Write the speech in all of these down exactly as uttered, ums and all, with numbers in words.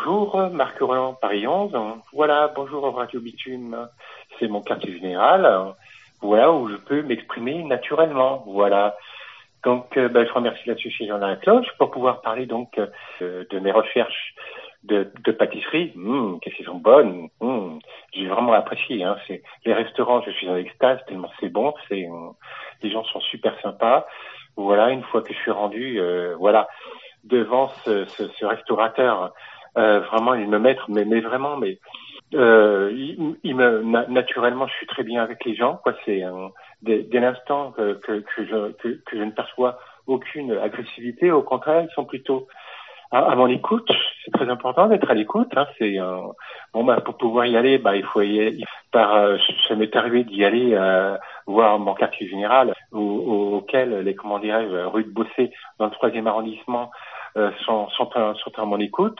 Bonjour, Marc Roland, Paris onze. Voilà, bonjour Radio Bitume. C'est mon quartier général. Voilà, où je peux m'exprimer naturellement. Voilà. Donc, euh, ben, je remercie l'association La Cloche pour pouvoir parler donc euh, de mes recherches de, de pâtisserie. Mmh, qu'est-ce qu'elles sont bonnes. Mmh, j'ai vraiment apprécié. Hein. C'est les restaurants, je suis en extase tellement c'est bon. C'est euh, les gens sont super sympas. Voilà, une fois que je suis rendu, euh, voilà, devant ce, ce, ce restaurateur, euh, vraiment il me met, mais, mais vraiment, mais euh, il, il me na, naturellement, je suis très bien avec les gens. Quoi, c'est euh, dès, dès l'instant que, que, que, je, que, que je ne perçois aucune agressivité, au contraire, ils sont plutôt à, à mon écoute. C'est très important d'être à l'écoute. Hein, c'est euh, bon, bah, pour pouvoir y aller, bah il faut y aller. Par, euh, ça m'est arrivé d'y aller euh, voir mon quartier général, au, au, auquel les comment dirais-je, rue de Bossé, dans le troisième arrondissement, euh, sont, sont, à, sont à mon écoute.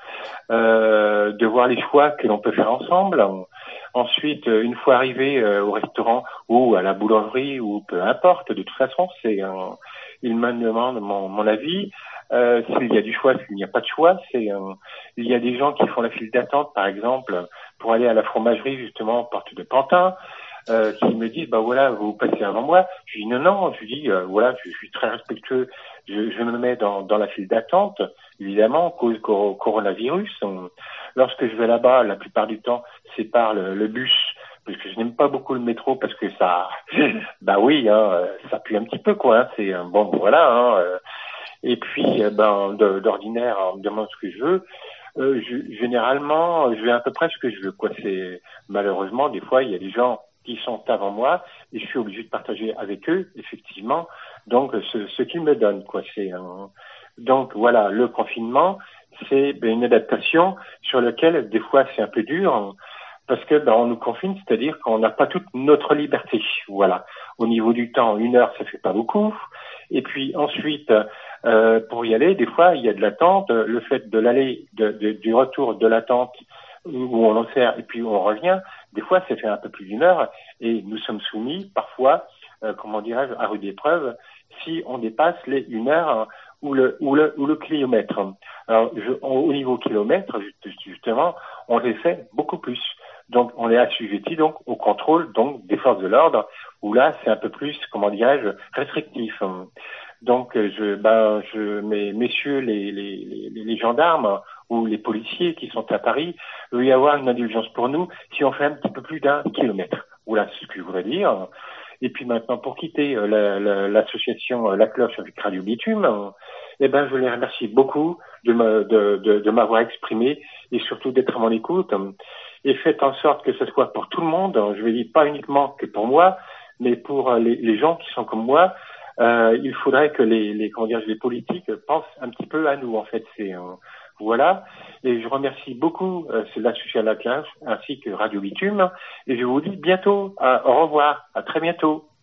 Euh, de voir les choix que l'on peut faire ensemble. Ensuite, une fois arrivé euh, au restaurant ou à la boulangerie ou peu importe, de toute façon, c'est euh, il me demande mon, mon avis. Euh, s'il y a du choix, s'il n'y a pas de choix, c'est euh, il y a des gens qui font la file d'attente, par exemple, pour aller à la fromagerie justement porte de Pantin. Euh, qui me disent bah voilà vous passez avant moi. Je dis non non, je dis euh, voilà je, je suis très respectueux, je, je me mets dans, dans la file d'attente évidemment cause cor- coronavirus. On, lorsque je vais là-bas la plupart du temps c'est par le, le bus parce que je n'aime pas beaucoup le métro parce que ça bah oui hein, ça pue un petit peu quoi hein, c'est bon voilà hein, euh, et puis euh, ben de, d'ordinaire on me demande ce que je veux. Euh, je, généralement je vais à peu près ce que je veux quoi. C'est malheureusement des fois il y a des gens qui sont avant moi et je suis obligé de partager avec eux effectivement donc ce, ce qu'ils me donnent quoi. C'est un... donc voilà, le confinement c'est ben, une adaptation sur laquelle des fois c'est un peu dur parce que ben, on nous confine, c'est-à-dire qu'on n'a pas toute notre liberté. Voilà, au niveau du temps, une heure ça fait pas beaucoup et puis ensuite euh, pour y aller des fois il y a de l'attente, le fait de l'aller de, de, du retour de l'attente où on en sert et puis on revient, des fois ça fait un peu plus d'une heure et nous sommes soumis parfois, euh, comment dirais-je, à rude épreuve si on dépasse les une heure ou le ou le ou le kilomètre. Alors je, au niveau kilomètre justement, on les fait beaucoup plus. Donc on est assujetti donc au contrôle donc des forces de l'ordre où là c'est un peu plus, comment dirais-je, restrictif. Donc je ben je mes messieurs les les les, les gendarmes ou les policiers qui sont à Paris, il va y avoir une indulgence pour nous si on fait un petit peu plus d'un kilomètre. Voilà ce que je voudrais dire. Et puis maintenant, pour quitter la, la, l'association La Cloche avec Radio Bitume, eh ben, je les remercie beaucoup de, me, de, de, de m'avoir exprimé et surtout d'être à mon écoute. Et faites en sorte que ce soit pour tout le monde. Je ne dis pas uniquement que pour moi, mais pour les, les gens qui sont comme moi. Euh, il faudrait que les, les, comment dire, les politiques pensent un petit peu à nous. En fait, c'est euh, voilà. Et je remercie beaucoup euh, l'association La Cloche ainsi que Radio Bitume. Et je vous dis bientôt. À, au revoir. À très bientôt.